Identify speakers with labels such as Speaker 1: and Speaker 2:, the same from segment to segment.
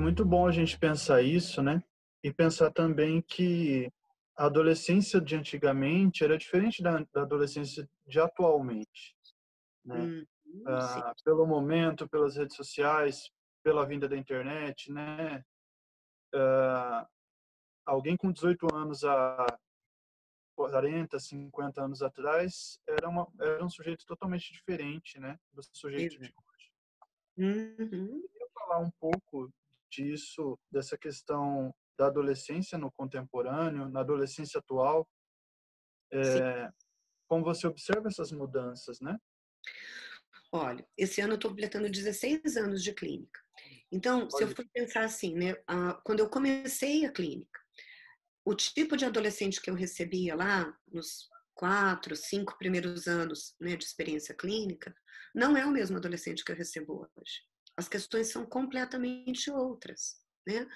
Speaker 1: muito bom a gente pensar isso, né? E pensar também que a adolescência de antigamente era diferente da adolescência de atualmente, né?
Speaker 2: Uhum, sim,
Speaker 1: Pelo momento, pelas redes sociais, pela vinda da internet, né? Alguém com 18 anos há 40, 50 anos atrás era um sujeito totalmente diferente, né? Do sujeito de
Speaker 2: exato. Uhum,
Speaker 1: falar um pouco disso, dessa questão da adolescência no contemporâneo, na adolescência atual,
Speaker 2: sim.
Speaker 1: como você observa essas mudanças, né?
Speaker 2: Olha, esse ano eu estou completando 16 anos de clínica. Então, se eu
Speaker 1: Olha,
Speaker 2: for pensar assim, né, quando eu comecei a clínica, o tipo de adolescente que eu recebia lá nos 4, 5 primeiros anos, né, de experiência clínica, não é o mesmo adolescente que eu recebo hoje. As questões são completamente outras, né?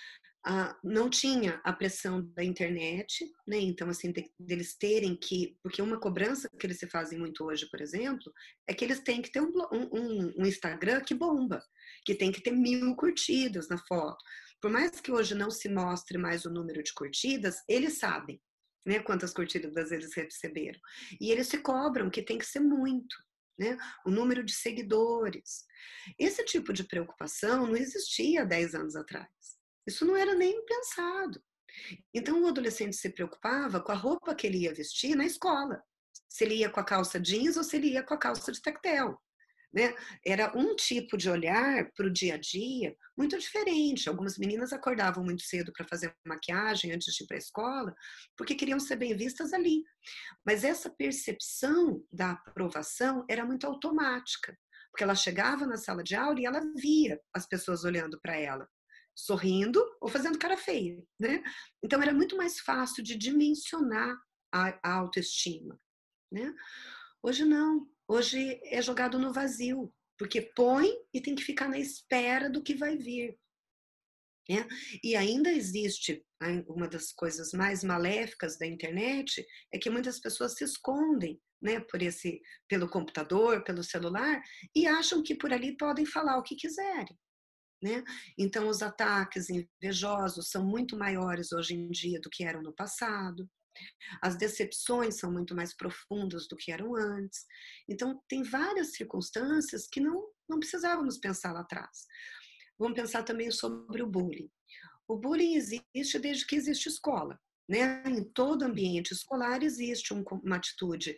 Speaker 2: Não tinha a pressão da internet, né? Então, assim, deles terem que. Porque uma cobrança que eles se fazem muito hoje, por exemplo, é que eles têm que ter um Instagram que bomba, que tem que ter 1.000 curtidas na foto. Por mais que hoje não se mostre mais o número de curtidas, eles sabem, né, quantas curtidas eles receberam. E eles se cobram que tem que ser muito, né? O número de seguidores. Esse tipo de preocupação não existia há 10 anos atrás. Isso não era nem pensado. Então o adolescente se preocupava com a roupa que ele ia vestir na escola. Se ele ia com a calça jeans ou se ele ia com a calça de tactel. Né? Era um tipo de olhar para o dia a dia muito diferente. Algumas meninas acordavam muito cedo para fazer maquiagem antes de ir para a escola, porque queriam ser bem vistas ali. Mas essa percepção da aprovação era muito automática, porque ela chegava na sala de aula e ela via as pessoas olhando para ela, sorrindo ou fazendo cara feia, né? Então era muito mais fácil de dimensionar a autoestima, né? Hoje não. Hoje é jogado no vazio, porque põe e tem que ficar na espera do que vai vir. Né? E ainda existe uma das coisas mais maléficas da internet é que muitas pessoas se escondem, né, pelo computador, pelo celular e acham que por ali podem falar o que quiserem. Né? Então, os ataques invejosos são muito maiores hoje em dia do que eram no passado. As decepções são muito mais profundas do que eram antes. Então, tem várias circunstâncias que não precisávamos pensar lá atrás. Vamos pensar também sobre o bullying. O bullying existe desde que existe escola. Né? Em todo ambiente escolar existe uma atitude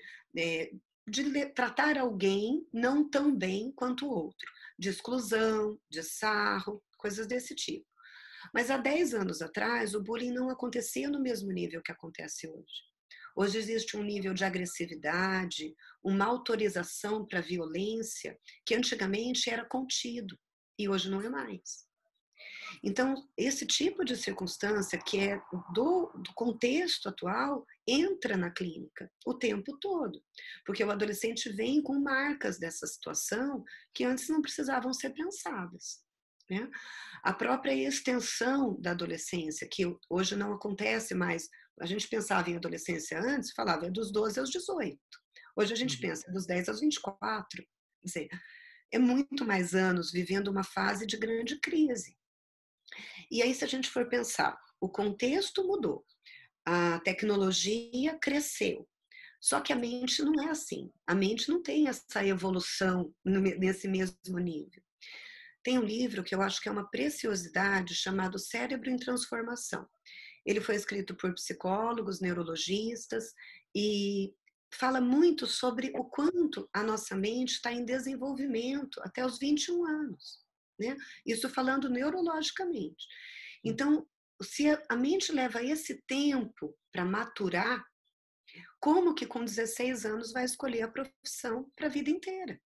Speaker 2: de tratar alguém não tão bem quanto o outro, de exclusão, de sarro, coisas desse tipo. Mas há 10 anos atrás, o bullying não acontecia no mesmo nível que acontece hoje. Hoje existe um nível de agressividade, uma autorização para a violência que antigamente era contido e hoje não é mais. Então, esse tipo de circunstância que é do contexto atual entra na clínica o tempo todo, porque o adolescente vem com marcas dessa situação que antes não precisavam ser pensadas. Né? A própria extensão da adolescência, que hoje não acontece mais, a gente pensava em adolescência antes, falava dos 12 aos 18. Hoje a gente
Speaker 1: uhum.
Speaker 2: pensa dos 10 aos 24. Quer dizer, é muito mais anos vivendo uma fase de grande crise. E aí, se a gente for pensar, o contexto mudou, a tecnologia cresceu, só que a mente não é assim. A mente não tem essa evolução nesse mesmo nível. Tem um livro que eu acho que é uma preciosidade chamado Cérebro em Transformação. Ele foi escrito por psicólogos, neurologistas e fala muito sobre o quanto a nossa mente está em desenvolvimento até os 21 anos. Né? Isso falando neurologicamente. Então, se a mente leva esse tempo para maturar, como que com 16 anos vai escolher a profissão para a vida inteira?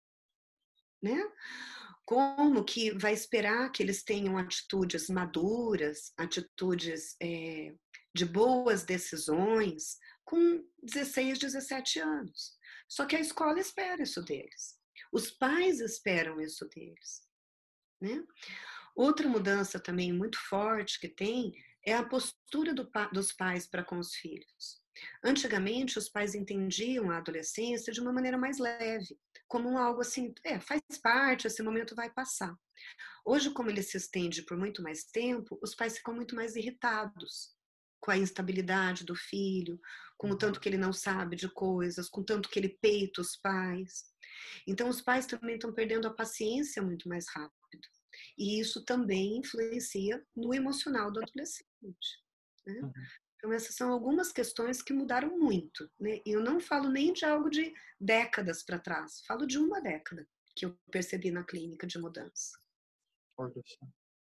Speaker 2: Né? Como que vai esperar que eles tenham atitudes maduras, atitudes de boas decisões com 16, 17 anos? Só que a escola espera isso deles. Os pais esperam isso deles. Né? Outra mudança também muito forte que tem é a postura dos pais para com os filhos. Antigamente, os pais entendiam a adolescência de uma maneira mais leve, como algo assim, faz parte, esse momento vai passar. Hoje, como ele se estende por muito mais tempo, os pais ficam muito mais irritados com a instabilidade do filho, com o tanto que ele não sabe de coisas, com o tanto que ele peita os pais. Então, os pais também estão perdendo a paciência muito mais rápido. E isso também influencia no emocional do adolescente, né?
Speaker 1: Uhum.
Speaker 2: Então, essas são algumas questões que mudaram muito, né? E eu não falo nem de algo de décadas para trás, falo de uma década que eu percebi na clínica de mudança.
Speaker 1: Olha só,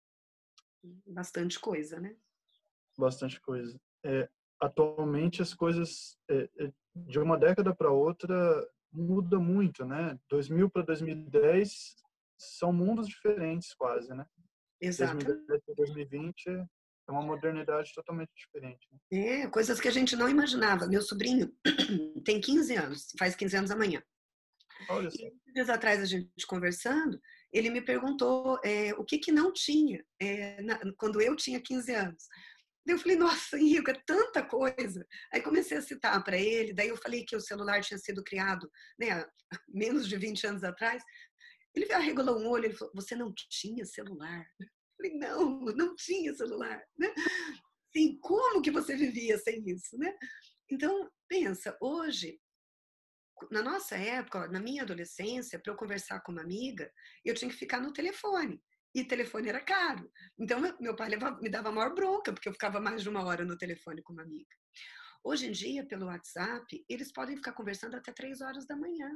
Speaker 2: Bastante coisa, né?
Speaker 1: bastante coisa. Atualmente as coisas de uma década para outra muda muito, né? 2000 para 2010 são mundos diferentes quase, né?
Speaker 2: Exatamente.
Speaker 1: 2010 para 2020 é uma modernidade totalmente diferente, né?
Speaker 2: Coisas que a gente não imaginava. Meu sobrinho tem 15 anos, faz 15 anos amanhã.
Speaker 1: Olha
Speaker 2: E
Speaker 1: só.
Speaker 2: dias atrás, a gente conversando, ele me perguntou o que não tinha quando eu tinha 15 anos. Daí eu falei, nossa, Henrique, é tanta coisa. Aí comecei a citar para ele, daí eu falei que o celular tinha sido criado, né, há menos de 20 anos atrás. Ele arregalou um olho, ele falou, você não tinha celular? Eu falei, não tinha celular, né? Sim, como que você vivia sem isso, né? Então, pensa, hoje, na nossa época, na minha adolescência, para eu conversar com uma amiga, eu tinha que ficar no telefone. E telefone era caro. Então, meu pai me dava a maior bronca, porque eu ficava mais de uma hora no telefone com uma amiga. Hoje em dia, pelo WhatsApp, eles podem ficar conversando até 3 horas da manhã,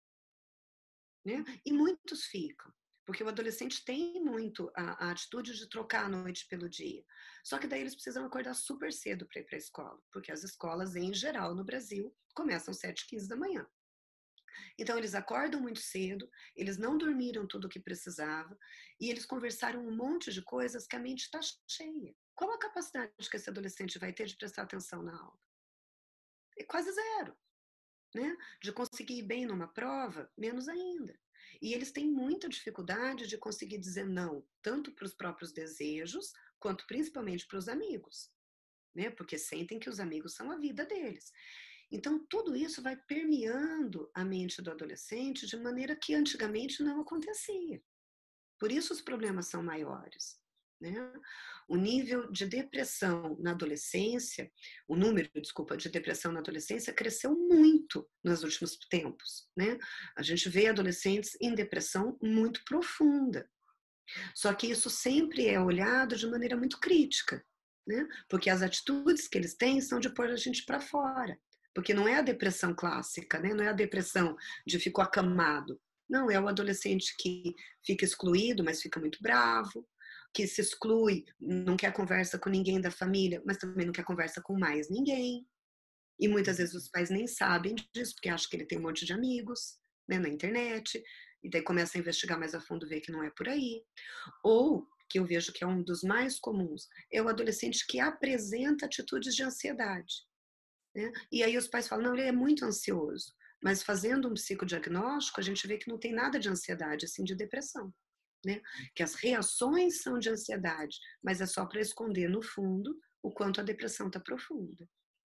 Speaker 2: né? E muitos ficam, porque o adolescente tem muito a atitude de trocar a noite pelo dia. Só que daí eles precisam acordar super cedo para ir para a escola, porque as escolas, em geral, no Brasil, começam às 7h15 da manhã. Então, eles acordam muito cedo, eles não dormiram tudo o que precisava, e eles conversaram um monte de coisas que a mente está cheia. Qual a capacidade que esse adolescente vai ter de prestar atenção na aula? É quase zero, né? De conseguir ir bem numa prova, menos ainda. E eles têm muita dificuldade de conseguir dizer não, tanto para os próprios desejos, quanto principalmente para os amigos, né? Porque sentem que os amigos são a vida deles. Então, tudo isso vai permeando a mente do adolescente de maneira que antigamente não acontecia. Por isso os problemas são maiores, né? O nível de depressão na adolescência, o número, desculpa, de depressão na adolescência cresceu muito nos últimos tempos, né? A gente vê adolescentes em depressão muito profunda. Só que isso sempre é olhado de maneira muito crítica, né? Porque as atitudes que eles têm são de pôr a gente para fora. Porque não é a depressão clássica, né? Não é a depressão de ficou acamado. Não, é o adolescente que fica excluído, mas fica muito bravo, que se exclui, não quer conversa com ninguém da família, mas também não quer conversa com mais ninguém. E muitas vezes os pais nem sabem disso, porque acham que ele tem um monte de amigos, né, na internet, e daí começa a investigar mais a fundo, ver que não é por aí. Ou, que eu vejo que é um dos mais comuns, é o adolescente que apresenta atitudes de ansiedade, né? E aí os pais falam, não, ele é muito ansioso. Mas fazendo um psicodiagnóstico, a gente vê que não tem nada de ansiedade, assim, de depressão, né? Que as reações são de ansiedade, mas é só para esconder no fundo o quanto a depressão está profunda.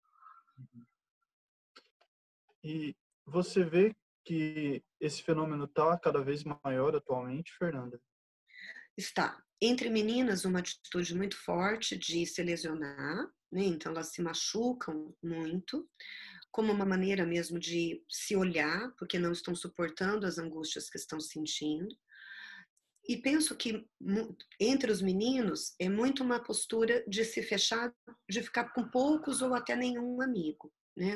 Speaker 1: E você vê que esse fenômeno está cada vez maior atualmente, Fernanda?
Speaker 2: Está entre meninas uma atitude muito forte de se lesionar, né? Então elas se machucam muito, como uma maneira mesmo de se olhar, porque não estão suportando as angústias que estão sentindo. E penso que entre os meninos é muito uma postura de se fechar, de ficar com poucos ou até nenhum amigo, né?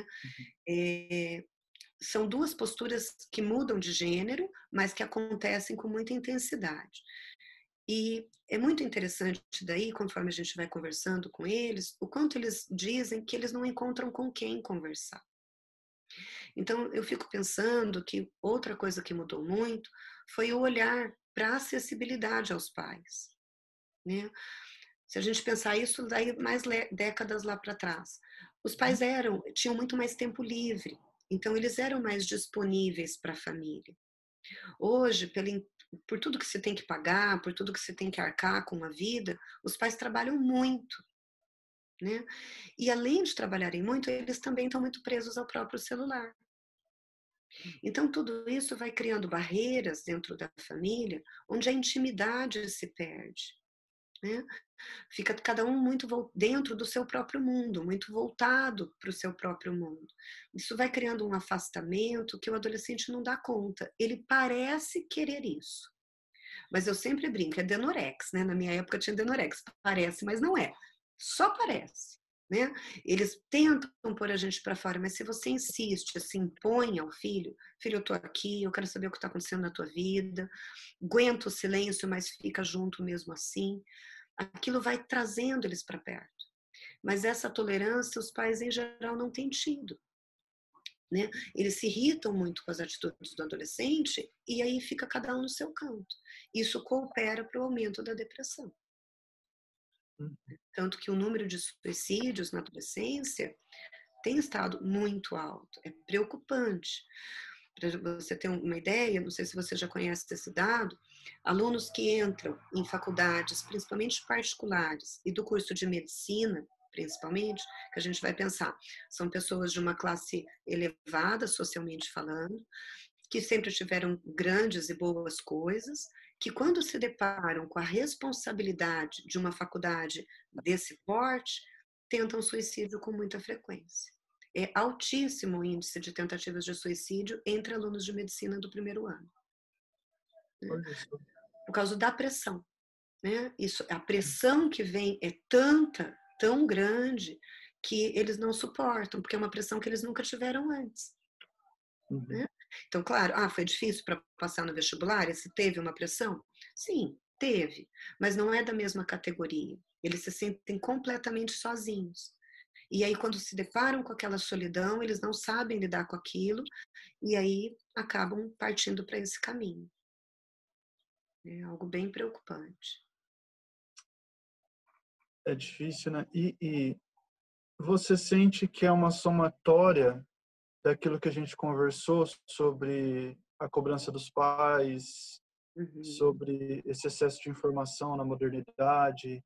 Speaker 2: São duas posturas que mudam de gênero, mas que acontecem com muita intensidade. E é muito interessante daí, conforme a gente vai conversando com eles, o quanto eles dizem que eles não encontram com quem conversar. Então, eu fico pensando que outra coisa que mudou muito foi o olhar para a acessibilidade aos pais, né? Se a gente pensar isso daí mais décadas lá para trás, os pais tinham muito mais tempo livre, então eles eram mais disponíveis para a família. Hoje, por tudo que você tem que pagar, por tudo que você tem que arcar com a vida, os pais trabalham muito. né? E além de trabalharem muito, eles também estão muito presos ao próprio celular. Então, tudo isso vai criando barreiras dentro da família, onde a intimidade se perde, né? Fica cada um muito dentro do seu próprio mundo, muito voltado para o seu próprio mundo. Isso vai criando um afastamento que o adolescente não dá conta. Ele parece querer isso. Mas eu sempre brinco, é Denorex, né? Na minha época tinha Denorex. Parece, mas não é. Só parece. Né? Eles tentam pôr a gente para fora, mas se você insiste, se impõe ao filho, filho, eu tô aqui, eu quero saber o que está acontecendo na tua vida, aguenta o silêncio, mas fica junto mesmo assim, aquilo vai trazendo eles para perto. Mas essa tolerância os pais em geral não têm tido. Né? Eles se irritam muito com as atitudes do adolescente e aí fica cada um no seu canto. Isso coopera para o aumento da depressão. Tanto que o número de suicídios na adolescência tem estado muito alto. É preocupante. Para você ter uma ideia, não sei se você já conhece esse dado, alunos que entram em faculdades, principalmente particulares, e do curso de medicina, principalmente, que a gente vai pensar, são pessoas de uma classe elevada, socialmente falando, que sempre tiveram grandes e boas coisas, que quando se deparam com a responsabilidade de uma faculdade desse porte, tentam suicídio com muita frequência. É altíssimo o índice de tentativas de suicídio entre alunos de medicina do primeiro ano. Né? Por causa da pressão. Né? A pressão que vem é tanta, tão grande, que eles não suportam, porque é uma pressão que eles nunca tiveram antes. Né? Então, claro, foi difícil para passar no vestibular? Se teve uma pressão? Sim, teve, mas não é da mesma categoria. Eles se sentem completamente sozinhos. E aí, quando se deparam com aquela solidão, eles não sabem lidar com aquilo, e aí acabam partindo para esse caminho. É algo bem preocupante.
Speaker 1: É difícil, né? E você sente que é uma somatória daquilo que a gente conversou sobre a cobrança dos pais, sobre esse excesso de informação na modernidade?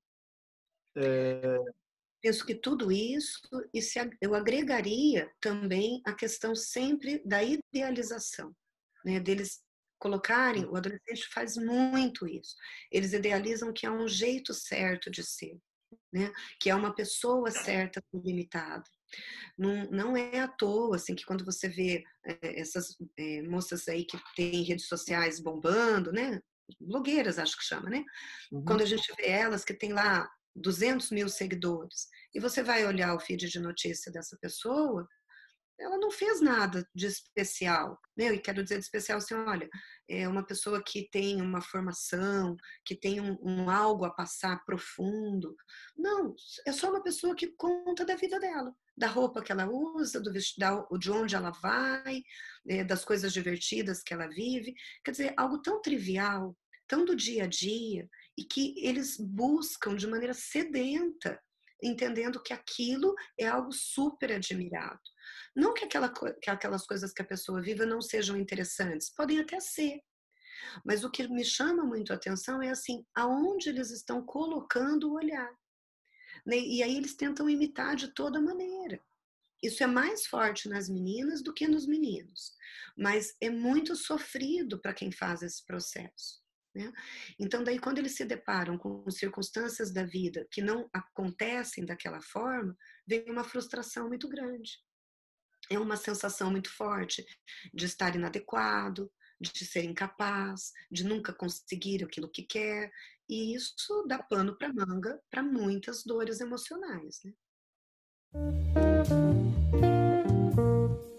Speaker 2: Penso que tudo isso, eu agregaria também a questão sempre da idealização, né? Deles colocarem, o adolescente faz muito isso, eles idealizam que há um jeito certo de ser, né? Que é uma pessoa certa, limitada. Não é à toa, assim, que quando você vê essas moças aí que têm redes sociais bombando, né? Blogueiras, acho que chama, né? Quando a gente vê elas que têm lá 200 mil seguidores, e você vai olhar o feed de notícia dessa pessoa, ela não fez nada de especial, né? E quero dizer de especial assim, olha, é uma pessoa que tem uma formação, que tem um algo a passar profundo. Não, é só uma pessoa que conta da vida dela, da roupa que ela usa, de onde ela vai, das coisas divertidas que ela vive. Quer dizer, algo tão trivial, tão do dia a dia, e que eles buscam de maneira sedenta, entendendo que aquilo é algo super admirado. Não que aquelas coisas que a pessoa vive não sejam interessantes, podem até ser. Mas o que me chama muito a atenção é assim, aonde eles estão colocando o olhar. Né? E aí eles tentam imitar de toda maneira. Isso é mais forte nas meninas do que nos meninos. Mas é muito sofrido para quem faz esse processo. Né? Então, daí, quando eles se deparam com circunstâncias da vida que não acontecem daquela forma, vem uma frustração muito grande. É uma sensação muito forte de estar inadequado, de ser incapaz, de nunca conseguir aquilo que quer, e isso dá pano para manga para muitas dores emocionais, né?